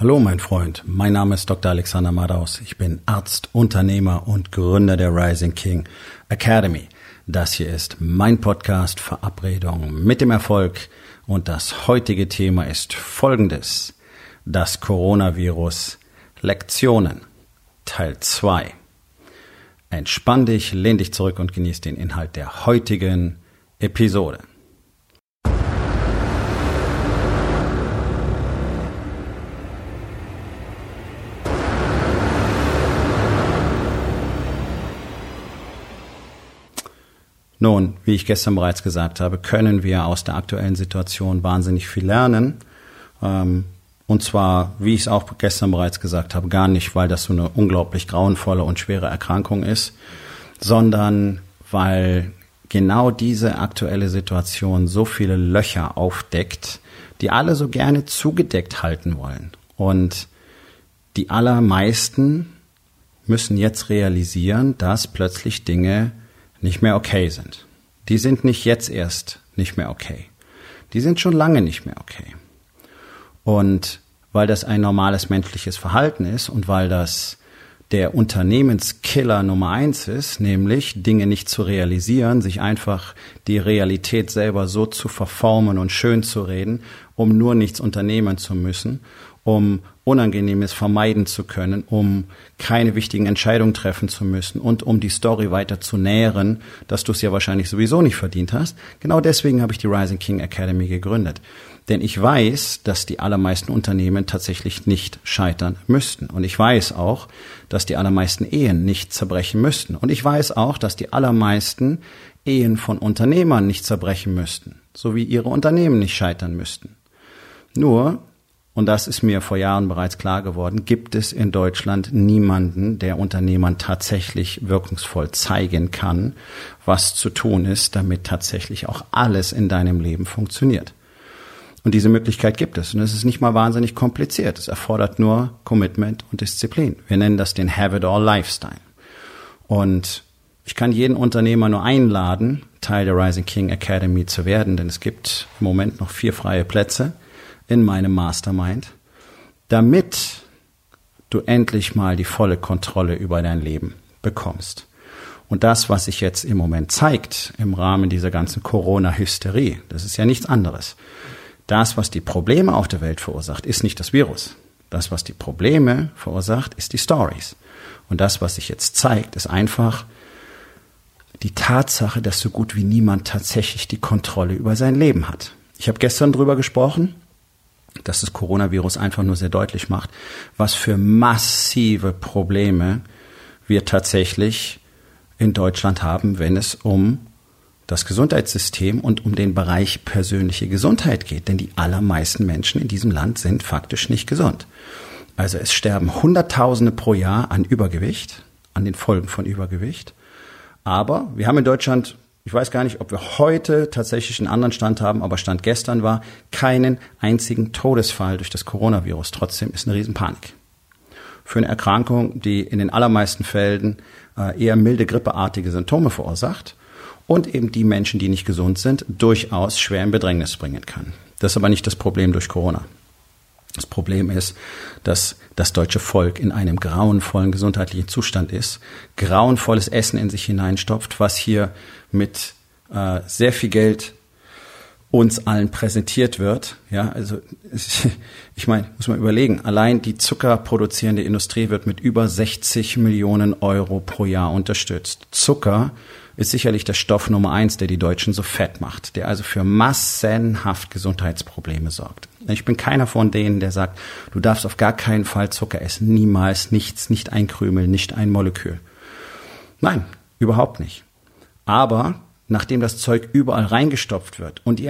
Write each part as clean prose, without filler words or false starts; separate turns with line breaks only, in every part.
Hallo mein Freund, mein Name ist Dr. Alexander Madaus. Ich bin Arzt, Unternehmer und Gründer der Rising King Academy. Das hier ist mein Podcast Verabredung mit dem Erfolg und das heutige Thema ist folgendes: Das Coronavirus Lektionen Teil 2. Entspann dich, lehn dich zurück und genieß den Inhalt der heutigen Episode. Nun, wie ich gestern bereits gesagt habe, können wir aus der aktuellen Situation wahnsinnig viel lernen. Und zwar, wie ich es auch gestern bereits gesagt habe, gar nicht, weil das so eine unglaublich grauenvolle und schwere Erkrankung ist, sondern weil genau diese aktuelle Situation so viele Löcher aufdeckt, die alle so gerne zugedeckt halten wollen. Und die allermeisten müssen jetzt realisieren, dass plötzlich Dinge nicht mehr okay sind. Die sind nicht jetzt erst nicht mehr okay. Die sind schon lange nicht mehr okay. Und weil das ein normales menschliches Verhalten ist und weil das der Unternehmenskiller Nummer 1 ist, nämlich Dinge nicht zu realisieren, sich einfach die Realität selber so zu verformen und schön zu reden, um nur nichts unternehmen zu müssen, um Unangenehmes vermeiden zu können, um keine wichtigen Entscheidungen treffen zu müssen und um die Story weiter zu nähren, dass du es ja wahrscheinlich sowieso nicht verdient hast. Genau deswegen habe ich die Rising King Academy gegründet. Denn ich weiß, dass die allermeisten Unternehmen tatsächlich nicht scheitern müssten. Und ich weiß auch, dass die allermeisten Ehen nicht zerbrechen müssten. Und ich weiß auch, dass die allermeisten Ehen von Unternehmern nicht zerbrechen müssten, so wie ihre Unternehmen nicht scheitern müssten. Nur, und das ist mir vor Jahren bereits klar geworden, gibt es in Deutschland niemanden, der Unternehmern tatsächlich wirkungsvoll zeigen kann, was zu tun ist, damit tatsächlich auch alles in deinem Leben funktioniert. Und diese Möglichkeit gibt es. Und es ist nicht mal wahnsinnig kompliziert. Es erfordert nur Commitment und Disziplin. Wir nennen das den Have-it-all-Lifestyle. Und ich kann jeden Unternehmer nur einladen, Teil der Rising King Academy zu werden, denn es gibt im Moment noch 4 freie Plätze in meinem Mastermind, damit du endlich mal die volle Kontrolle über dein Leben bekommst. Und das, was sich jetzt im Moment zeigt, im Rahmen dieser ganzen Corona-Hysterie, das ist ja nichts anderes. Das, was die Probleme auf der Welt verursacht, ist nicht das Virus. Das, was die Probleme verursacht, ist die Stories. Und das, was sich jetzt zeigt, ist einfach die Tatsache, dass so gut wie niemand tatsächlich die Kontrolle über sein Leben hat. Ich habe gestern drüber gesprochen, dass das Coronavirus einfach nur sehr deutlich macht, was für massive Probleme wir tatsächlich in Deutschland haben, wenn es um das Gesundheitssystem und um den Bereich persönliche Gesundheit geht. Denn die allermeisten Menschen in diesem Land sind faktisch nicht gesund. Also es sterben Hunderttausende pro Jahr an Übergewicht, an den Folgen von Übergewicht. Aber wir haben in Deutschland, ich weiß gar nicht, ob wir heute tatsächlich einen anderen Stand haben, aber Stand gestern war, keinen einzigen Todesfall durch das Coronavirus. Trotzdem ist eine Riesenpanik. Für eine Erkrankung, die in den allermeisten Fällen eher milde grippeartige Symptome verursacht und eben die Menschen, die nicht gesund sind, durchaus schwer in Bedrängnis bringen kann. Das ist aber nicht das Problem durch Corona. Das Problem ist, dass das deutsche Volk in einem grauenvollen gesundheitlichen Zustand ist, grauenvolles Essen in sich hineinstopft, was hier mit sehr viel Geld uns allen präsentiert wird. Ja, also ich meine, muss man überlegen, allein die zuckerproduzierende Industrie wird mit über 60 Millionen Euro pro Jahr unterstützt. Zucker ist sicherlich der Stoff Nummer 1, der die Deutschen so fett macht, der also für massenhaft Gesundheitsprobleme sorgt. Ich bin keiner von denen, der sagt, du darfst auf gar keinen Fall Zucker essen, niemals, nichts, nicht ein Krümel, nicht ein Molekül. Nein, überhaupt nicht. Aber nachdem das Zeug überall reingestopft wird und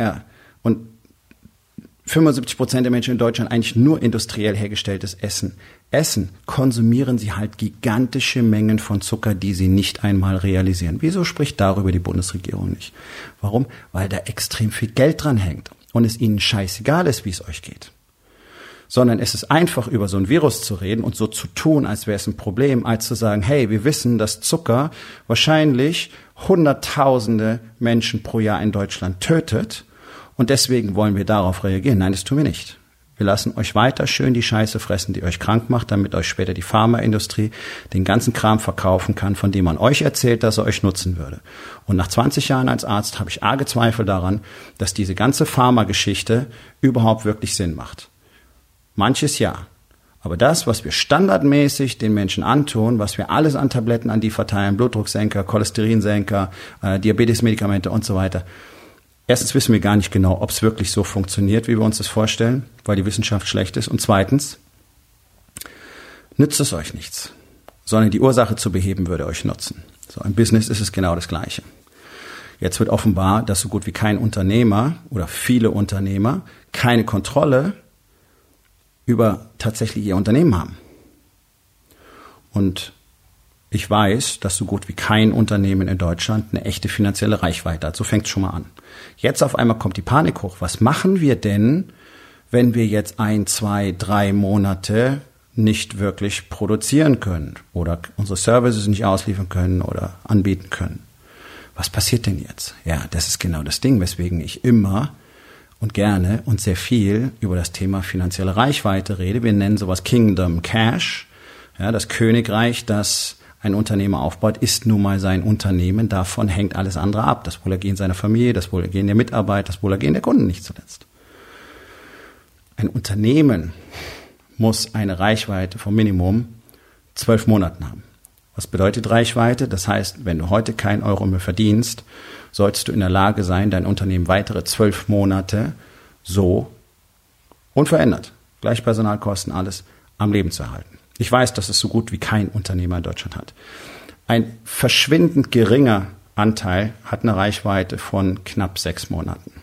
75% der Menschen in Deutschland eigentlich nur industriell hergestelltes Essen, konsumieren sie halt gigantische Mengen von Zucker, die sie nicht einmal realisieren. Wieso spricht darüber die Bundesregierung nicht? Warum? Weil da extrem viel Geld dran hängt und es ihnen scheißegal ist, wie es euch geht. Sondern es ist einfach, über so ein Virus zu reden und so zu tun, als wäre es ein Problem, als zu sagen, hey, wir wissen, dass Zucker wahrscheinlich Hunderttausende Menschen pro Jahr in Deutschland tötet und deswegen wollen wir darauf reagieren. Nein, das tun wir nicht. Wir lassen euch weiter schön die Scheiße fressen, die euch krank macht, damit euch später die Pharmaindustrie den ganzen Kram verkaufen kann, von dem man euch erzählt, dass er euch nutzen würde. Und nach 20 Jahren als Arzt habe ich arge Zweifel daran, dass diese ganze Pharmageschichte überhaupt wirklich Sinn macht. Manches ja. Aber das, was wir standardmäßig den Menschen antun, was wir alles an Tabletten an die verteilen, Blutdrucksenker, Cholesterinsenker, Diabetesmedikamente und so weiter. Erstens wissen wir gar nicht genau, ob es wirklich so funktioniert, wie wir uns das vorstellen, weil die Wissenschaft schlecht ist. Und zweitens, nützt es euch nichts, sondern die Ursache zu beheben würde euch nutzen. So, im Business ist es genau das Gleiche. Jetzt wird offenbar, dass so gut wie kein Unternehmer oder viele Unternehmer keine Kontrolle über tatsächlich ihr Unternehmen haben. Und ich weiß, dass so gut wie kein Unternehmen in Deutschland eine echte finanzielle Reichweite hat. So fängt es schon mal an. Jetzt auf einmal kommt die Panik hoch. Was machen wir denn, wenn wir jetzt 1, 2, 3 Monate nicht wirklich produzieren können oder unsere Services nicht ausliefern können oder anbieten können? Was passiert denn jetzt? Ja, das ist genau das Ding, weswegen ich immer und gerne und sehr viel über das Thema finanzielle Reichweite rede. Wir nennen sowas Kingdom Cash. Ja, das Königreich, das ein Unternehmer aufbaut, ist nun mal sein Unternehmen. Davon hängt alles andere ab. Das Wohlergehen seiner Familie, das Wohlergehen der Mitarbeiter, das Wohlergehen der Kunden nicht zuletzt. Ein Unternehmen muss eine Reichweite von Minimum 12 Monaten haben. Was bedeutet Reichweite? Das heißt, wenn du heute keinen Euro mehr verdienst, solltest du in der Lage sein, dein Unternehmen weitere 12 Monate so unverändert, gleich Personalkosten, alles am Leben zu erhalten. Ich weiß, dass es so gut wie kein Unternehmer in Deutschland hat. Ein verschwindend geringer Anteil hat eine Reichweite von knapp 6 Monaten.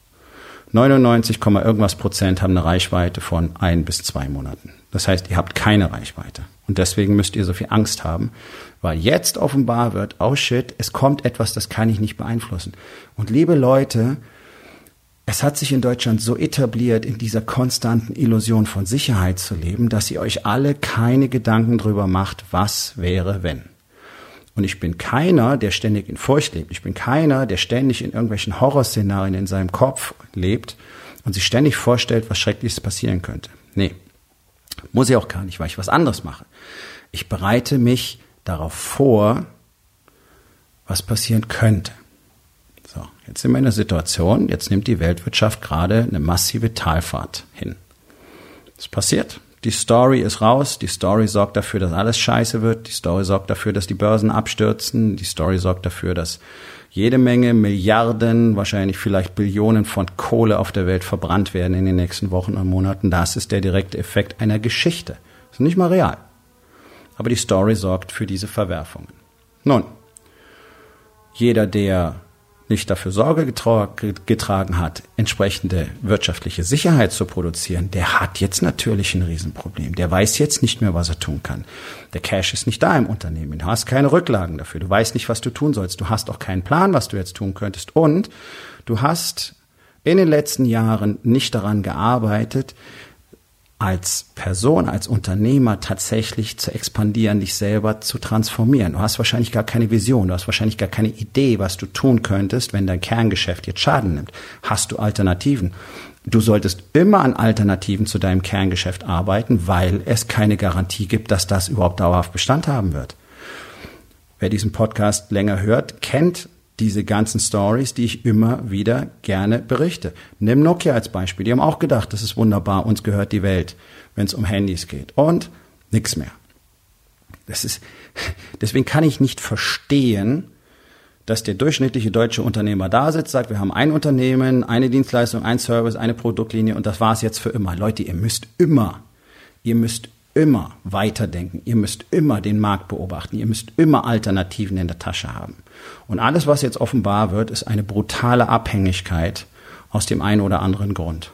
99, irgendwas Prozent haben eine Reichweite von 1 bis 2 Monaten. Das heißt, ihr habt keine Reichweite. Und deswegen müsst ihr so viel Angst haben, weil jetzt offenbar wird, oh shit, es kommt etwas, das kann ich nicht beeinflussen. Und liebe Leute, es hat sich in Deutschland so etabliert, in dieser konstanten Illusion von Sicherheit zu leben, dass ihr euch alle keine Gedanken drüber macht, was wäre, wenn. Und ich bin keiner, der ständig in Furcht lebt. Ich bin keiner, der ständig in irgendwelchen Horrorszenarien in seinem Kopf lebt und sich ständig vorstellt, was Schreckliches passieren könnte. Nee, muss ich auch gar nicht, weil ich was anderes mache. Ich bereite mich darauf vor, was passieren könnte. So, jetzt sind wir in einer Situation, jetzt nimmt die Weltwirtschaft gerade eine massive Talfahrt hin. Was passiert? Die Story ist raus, die Story sorgt dafür, dass alles scheiße wird, die Story sorgt dafür, dass die Börsen abstürzen, die Story sorgt dafür, dass jede Menge Milliarden, wahrscheinlich vielleicht Billionen von Kohle auf der Welt verbrannt werden in den nächsten Wochen und Monaten. Das ist der direkte Effekt einer Geschichte. Das ist nicht mal real. Aber die Story sorgt für diese Verwerfungen. Nun, jeder, der nicht dafür Sorge getragen hat, entsprechende wirtschaftliche Sicherheit zu produzieren, der hat jetzt natürlich ein Riesenproblem. Der weiß jetzt nicht mehr, was er tun kann. Der Cash ist nicht da im Unternehmen. Du hast keine Rücklagen dafür. Du weißt nicht, was du tun sollst. Du hast auch keinen Plan, was du jetzt tun könntest. Und du hast in den letzten Jahren nicht daran gearbeitet, als Person, als Unternehmer tatsächlich zu expandieren, dich selber zu transformieren. Du hast wahrscheinlich gar keine Vision, du hast wahrscheinlich gar keine Idee, was du tun könntest, wenn dein Kerngeschäft jetzt Schaden nimmt. Hast du Alternativen? Du solltest immer an Alternativen zu deinem Kerngeschäft arbeiten, weil es keine Garantie gibt, dass das überhaupt dauerhaft Bestand haben wird. Wer diesen Podcast länger hört, kennt diese ganzen Stories, die ich immer wieder gerne berichte. Nimm Nokia als Beispiel. Die haben auch gedacht, das ist wunderbar, uns gehört die Welt, wenn es um Handys geht. Und nichts mehr. Deswegen kann ich nicht verstehen, dass der durchschnittliche deutsche Unternehmer da sitzt, sagt, wir haben ein Unternehmen, eine Dienstleistung, ein Service, eine Produktlinie und das war's jetzt für immer. Leute, ihr müsst immer weiterdenken. Ihr müsst immer den Markt beobachten. Ihr müsst immer Alternativen in der Tasche haben. Und alles, was jetzt offenbar wird, ist eine brutale Abhängigkeit aus dem einen oder anderen Grund.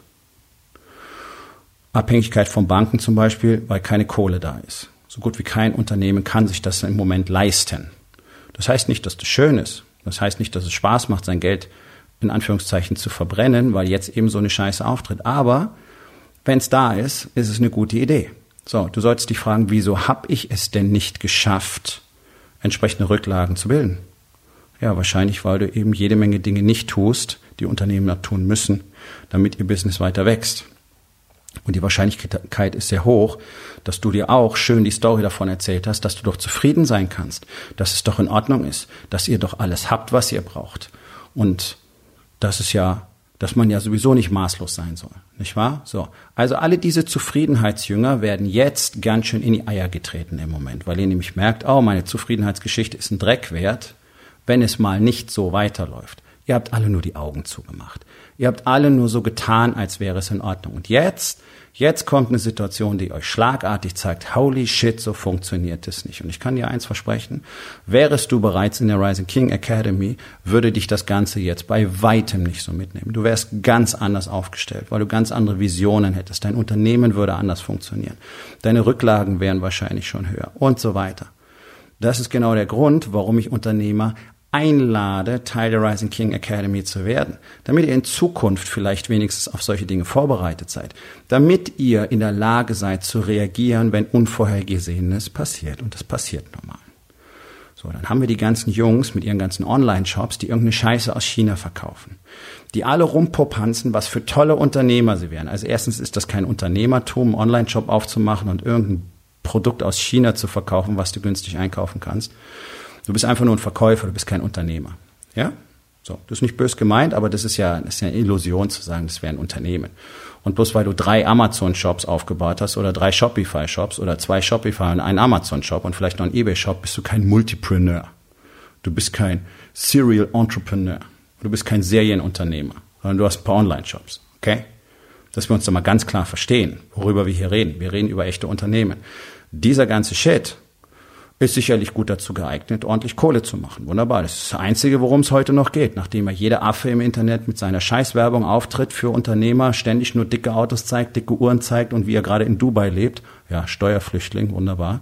Abhängigkeit von Banken zum Beispiel, weil keine Kohle da ist. So gut wie kein Unternehmen kann sich das im Moment leisten. Das heißt nicht, dass das schön ist. Das heißt nicht, dass es Spaß macht, sein Geld in Anführungszeichen zu verbrennen, weil jetzt eben so eine Scheiße auftritt. Aber wenn es da ist, ist es eine gute Idee. So, du solltest dich fragen, wieso habe ich es denn nicht geschafft, entsprechende Rücklagen zu bilden? Ja, wahrscheinlich, weil du eben jede Menge Dinge nicht tust, die Unternehmen tun müssen, damit ihr Business weiter wächst. Und die Wahrscheinlichkeit ist sehr hoch, dass du dir auch schön die Story davon erzählt hast, dass du doch zufrieden sein kannst, dass es doch in Ordnung ist, dass ihr doch alles habt, was ihr braucht. Und dass man ja sowieso nicht maßlos sein soll, nicht wahr? So. Also alle diese Zufriedenheitsjünger werden jetzt ganz schön in die Eier getreten im Moment, weil ihr nämlich merkt, oh, meine Zufriedenheitsgeschichte ist ein Dreck wert, wenn es mal nicht so weiterläuft. Ihr habt alle nur die Augen zugemacht. Ihr habt alle nur so getan, als wäre es in Ordnung. Und jetzt kommt eine Situation, die euch schlagartig zeigt, holy shit, so funktioniert es nicht. Und ich kann dir eins versprechen, wärest du bereits in der Rising King Academy, würde dich das Ganze jetzt bei weitem nicht so mitnehmen. Du wärst ganz anders aufgestellt, weil du ganz andere Visionen hättest. Dein Unternehmen würde anders funktionieren. Deine Rücklagen wären wahrscheinlich schon höher und so weiter. Das ist genau der Grund, warum ich Unternehmer einlade, Teil der Rising King Academy zu werden, damit ihr in Zukunft vielleicht wenigstens auf solche Dinge vorbereitet seid, damit ihr in der Lage seid zu reagieren, wenn Unvorhergesehenes passiert. Und das passiert normal. So, dann haben wir die ganzen Jungs mit ihren ganzen Online-Shops, die irgendeine Scheiße aus China verkaufen, die alle rumpopanzen, was für tolle Unternehmer sie wären. Also erstens ist das kein Unternehmertum, einen Online-Shop aufzumachen und irgendein Produkt aus China zu verkaufen, was du günstig einkaufen kannst. Du bist einfach nur ein Verkäufer, du bist kein Unternehmer. Ja? So, das ist nicht böse gemeint, aber das ist ja eine Illusion zu sagen, das wäre ein Unternehmen. Und bloß weil du 3 Amazon-Shops aufgebaut hast oder 3 Shopify-Shops oder 2 Shopify und einen Amazon-Shop und vielleicht noch einen eBay-Shop, bist du kein Multipreneur. Du bist kein Serial Entrepreneur. Du bist kein Serienunternehmer, sondern du hast ein paar Online-Shops. Okay? Dass wir uns da mal ganz klar verstehen, worüber wir hier reden. Wir reden über echte Unternehmen. Dieser ganze Shit ist sicherlich gut dazu geeignet, ordentlich Kohle zu machen. Wunderbar. Das ist das Einzige, worum es heute noch geht. Nachdem ja jeder Affe im Internet mit seiner Scheißwerbung auftritt für Unternehmer, ständig nur dicke Autos zeigt, dicke Uhren zeigt und wie er gerade in Dubai lebt. Ja, Steuerflüchtling, wunderbar.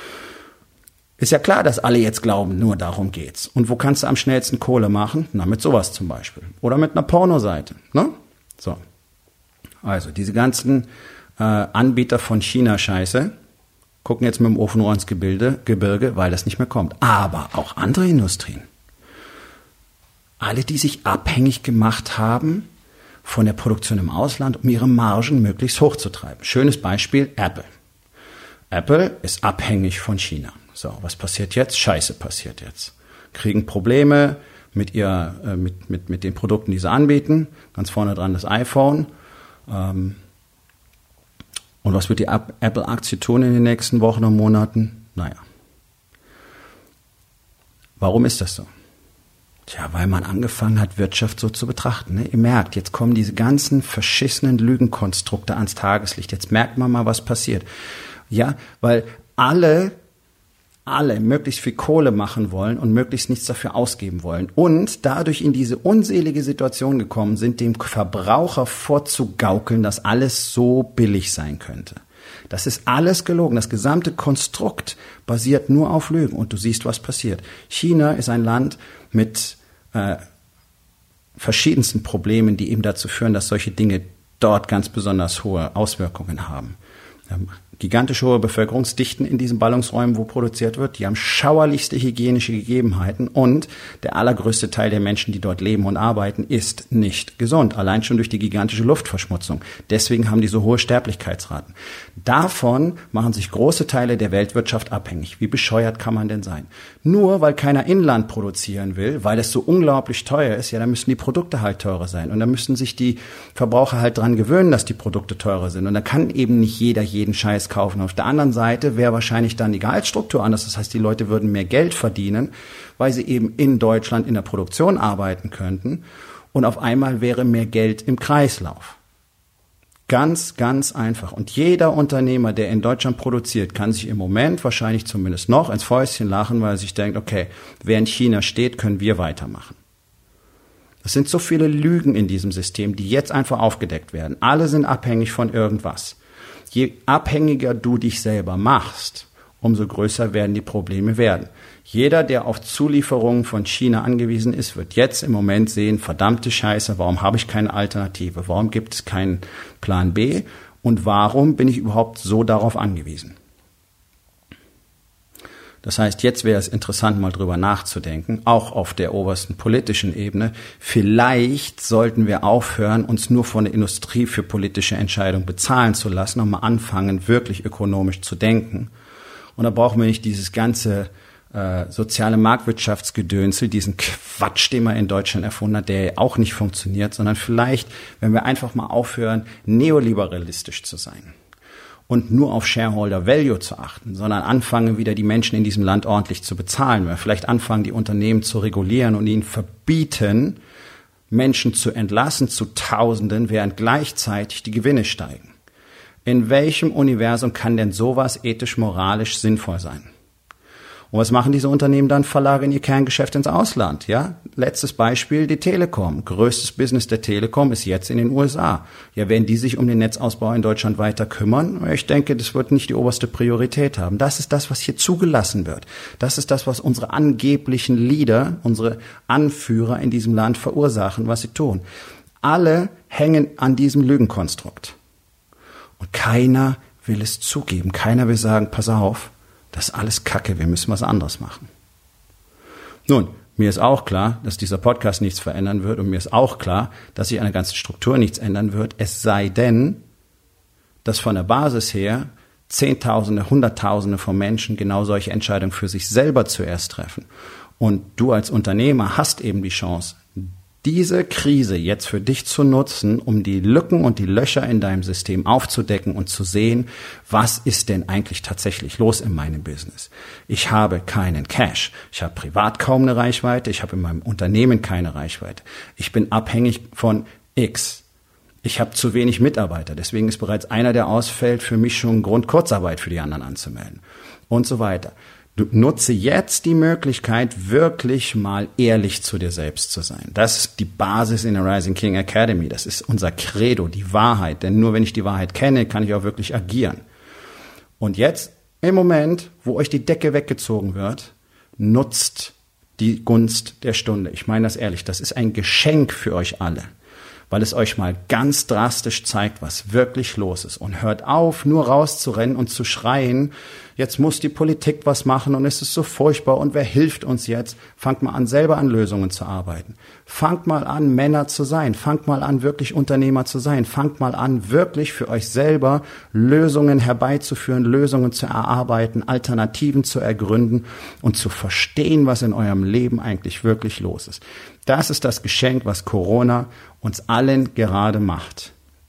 Ist ja klar, dass alle jetzt glauben, nur darum geht's. Und wo kannst du am schnellsten Kohle machen? Na, mit sowas zum Beispiel. Oder mit einer Pornoseite. Ne? So. Also, diese ganzen Anbieter von China-Scheiße gucken jetzt mit dem Ofenrohr ins Gebirge, weil das nicht mehr kommt. Aber auch andere Industrien. Alle, die sich abhängig gemacht haben von der Produktion im Ausland, um ihre Margen möglichst hoch zu treiben. Schönes Beispiel, Apple. Apple ist abhängig von China. So, was passiert jetzt? Scheiße passiert jetzt. Kriegen Probleme mit den Produkten, die sie anbieten. Ganz vorne dran das iPhone. Und was wird die Apple-Aktie tun in den nächsten Wochen und Monaten? Naja. Warum ist das so? Tja, weil man angefangen hat, Wirtschaft so zu betrachten. Ne? Ihr merkt, jetzt kommen diese ganzen verschissenen Lügenkonstrukte ans Tageslicht. Jetzt merkt man mal, was passiert. Ja, weil alle möglichst viel Kohle machen wollen und möglichst nichts dafür ausgeben wollen und dadurch in diese unselige Situation gekommen sind, dem Verbraucher vorzugaukeln, dass alles so billig sein könnte. Das ist alles gelogen. Das gesamte Konstrukt basiert nur auf Lügen und du siehst, was passiert. China ist ein Land mit verschiedensten Problemen, die eben dazu führen, dass solche Dinge dort ganz besonders hohe Auswirkungen haben. Gigantisch hohe Bevölkerungsdichten in diesen Ballungsräumen, wo produziert wird. Die haben schauerlichste hygienische Gegebenheiten und der allergrößte Teil der Menschen, die dort leben und arbeiten, ist nicht gesund. Allein schon durch die gigantische Luftverschmutzung. Deswegen haben die so hohe Sterblichkeitsraten. Davon machen sich große Teile der Weltwirtschaft abhängig. Wie bescheuert kann man denn sein? Nur weil keiner Inland produzieren will, weil es so unglaublich teuer ist, ja, dann müssen die Produkte halt teurer sein. Und dann müssen sich die Verbraucher halt dran gewöhnen, dass die Produkte teurer sind. Und da kann eben nicht jeder jeden Scheiß kaufen. Auf der anderen Seite wäre wahrscheinlich dann die Gehaltsstruktur anders. Das heißt, die Leute würden mehr Geld verdienen, weil sie eben in Deutschland in der Produktion arbeiten könnten. Und auf einmal wäre mehr Geld im Kreislauf. Ganz, ganz einfach. Und jeder Unternehmer, der in Deutschland produziert, kann sich im Moment wahrscheinlich zumindest noch ins Fäustchen lachen, weil er sich denkt, okay, wer in China steht, können wir weitermachen. Es sind so viele Lügen in diesem System, die jetzt einfach aufgedeckt werden. Alle sind abhängig von irgendwas. Je abhängiger du dich selber machst, umso größer werden die Probleme werden. Jeder, der auf Zulieferungen von China angewiesen ist, wird jetzt im Moment sehen, verdammte Scheiße, warum habe ich keine Alternative? Warum gibt es keinen Plan B? Und warum bin ich überhaupt so darauf angewiesen? Das heißt, jetzt wäre es interessant, mal drüber nachzudenken, auch auf der obersten politischen Ebene. Vielleicht sollten wir aufhören, uns nur von der Industrie für politische Entscheidungen bezahlen zu lassen und mal anfangen, wirklich ökonomisch zu denken. Und da brauchen wir nicht dieses ganze soziale Marktwirtschaftsgedönsel, diesen Quatsch, den man in Deutschland erfunden hat, der auch nicht funktioniert, sondern vielleicht, wenn wir einfach mal aufhören, neoliberalistisch zu sein und nur auf Shareholder Value zu achten, sondern anfangen, wieder die Menschen in diesem Land ordentlich zu bezahlen. Wir vielleicht anfangen, die Unternehmen zu regulieren und ihnen verbieten, Menschen zu entlassen zu Tausenden, während gleichzeitig die Gewinne steigen. In welchem Universum kann denn sowas ethisch, moralisch sinnvoll sein? Und was machen diese Unternehmen dann? Verlagern ihr Kerngeschäft ins Ausland, ja? Letztes Beispiel, die Telekom. Größtes Business der Telekom ist jetzt in den USA. Ja, werden die sich um den Netzausbau in Deutschland weiter kümmern? Ich denke, das wird nicht die oberste Priorität haben. Das ist das, was hier zugelassen wird. Das ist das, was unsere angeblichen Leader, unsere Anführer in diesem Land verursachen, was sie tun. Alle hängen an diesem Lügenkonstrukt. Und keiner will es zugeben. Keiner will sagen, pass auf, das ist alles Kacke, wir müssen was anderes machen. Nun, mir ist auch klar, dass dieser Podcast nichts verändern wird und mir ist auch klar, dass sich an der ganzen Struktur nichts ändern wird, es sei denn, dass von der Basis her Zehntausende, Hunderttausende von Menschen genau solche Entscheidungen für sich selber zuerst treffen. Und du als Unternehmer hast eben die Chance, diese Krise jetzt für dich zu nutzen, um die Lücken und die Löcher in deinem System aufzudecken und zu sehen, was ist denn eigentlich tatsächlich los in meinem Business? Ich habe keinen Cash. Ich habe privat kaum eine Reichweite. Ich habe in meinem Unternehmen keine Reichweite. Ich bin abhängig von X. Ich habe zu wenig Mitarbeiter. Deswegen ist bereits einer, der ausfällt, für mich schon ein Grund, Kurzarbeit für die anderen anzumelden. Und so weiter. Du nutze jetzt die Möglichkeit, wirklich mal ehrlich zu dir selbst zu sein. Das ist die Basis in der Rising King Academy. Das ist unser Credo, die Wahrheit. Denn nur wenn ich die Wahrheit kenne, kann ich auch wirklich agieren. Und jetzt, im Moment, wo euch die Decke weggezogen wird, nutzt die Gunst der Stunde. Ich meine das ehrlich, das ist ein Geschenk für euch alle, weil es euch mal ganz drastisch zeigt, was wirklich los ist. Und hört auf, nur rauszurennen und zu schreien, jetzt muss die Politik was machen und es ist so furchtbar und wer hilft uns jetzt? Fangt mal an, selber an Lösungen zu arbeiten. Fangt mal an, Männer zu sein. Fangt mal an, wirklich Unternehmer zu sein. Fangt mal an, wirklich für euch selber Lösungen herbeizuführen, Lösungen zu erarbeiten, Alternativen zu ergründen und zu verstehen, was in eurem Leben eigentlich wirklich los ist. Das ist das Geschenk, was Corona uns allen gerade macht.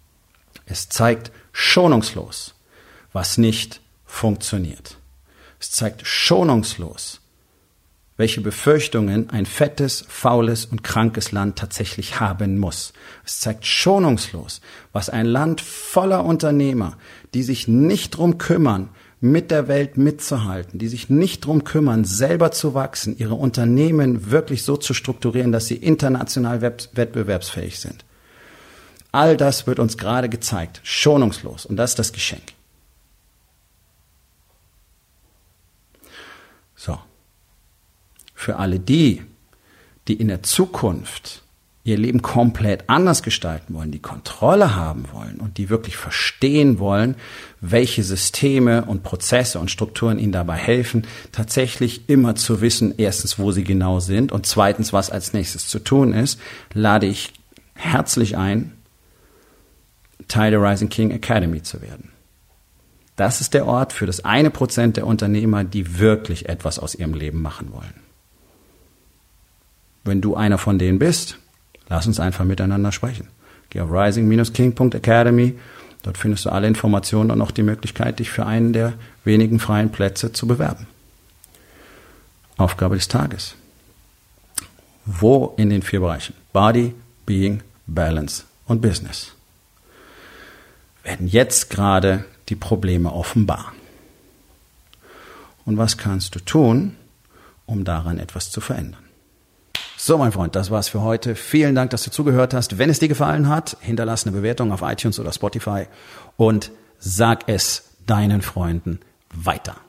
Es zeigt schonungslos, was nicht funktioniert. Es zeigt schonungslos, welche Befürchtungen ein fettes, faules und krankes Land tatsächlich haben muss. Es zeigt schonungslos, was ein Land voller Unternehmer, die sich nicht drum kümmern, mit der Welt mitzuhalten, die sich nicht drum kümmern, selber zu wachsen, ihre Unternehmen wirklich so zu strukturieren, dass sie international wettbewerbsfähig sind. All das wird uns gerade gezeigt, schonungslos. Und das ist das Geschenk. So. Für alle die in der Zukunft ihr Leben komplett anders gestalten wollen, die Kontrolle haben wollen und die wirklich verstehen wollen, welche Systeme und Prozesse und Strukturen ihnen dabei helfen, tatsächlich immer zu wissen, erstens, wo sie genau sind und zweitens, was als nächstes zu tun ist, lade ich herzlich ein, Teil der Rising King Academy zu werden. Das ist der Ort für das 1% der Unternehmer, die wirklich etwas aus ihrem Leben machen wollen. Wenn du einer von denen bist, lass uns einfach miteinander sprechen. Geh auf rising-king.academy. Dort findest du alle Informationen und auch die Möglichkeit, dich für einen der wenigen freien Plätze zu bewerben. Aufgabe des Tages. Wo in den 4 Bereichen Body, Being, Balance und Business werden jetzt gerade die Probleme offenbar? Und was kannst du tun, um daran etwas zu verändern? So, mein Freund, das war's für heute. Vielen Dank, dass du zugehört hast. Wenn es dir gefallen hat, hinterlass eine Bewertung auf iTunes oder Spotify und sag es deinen Freunden weiter.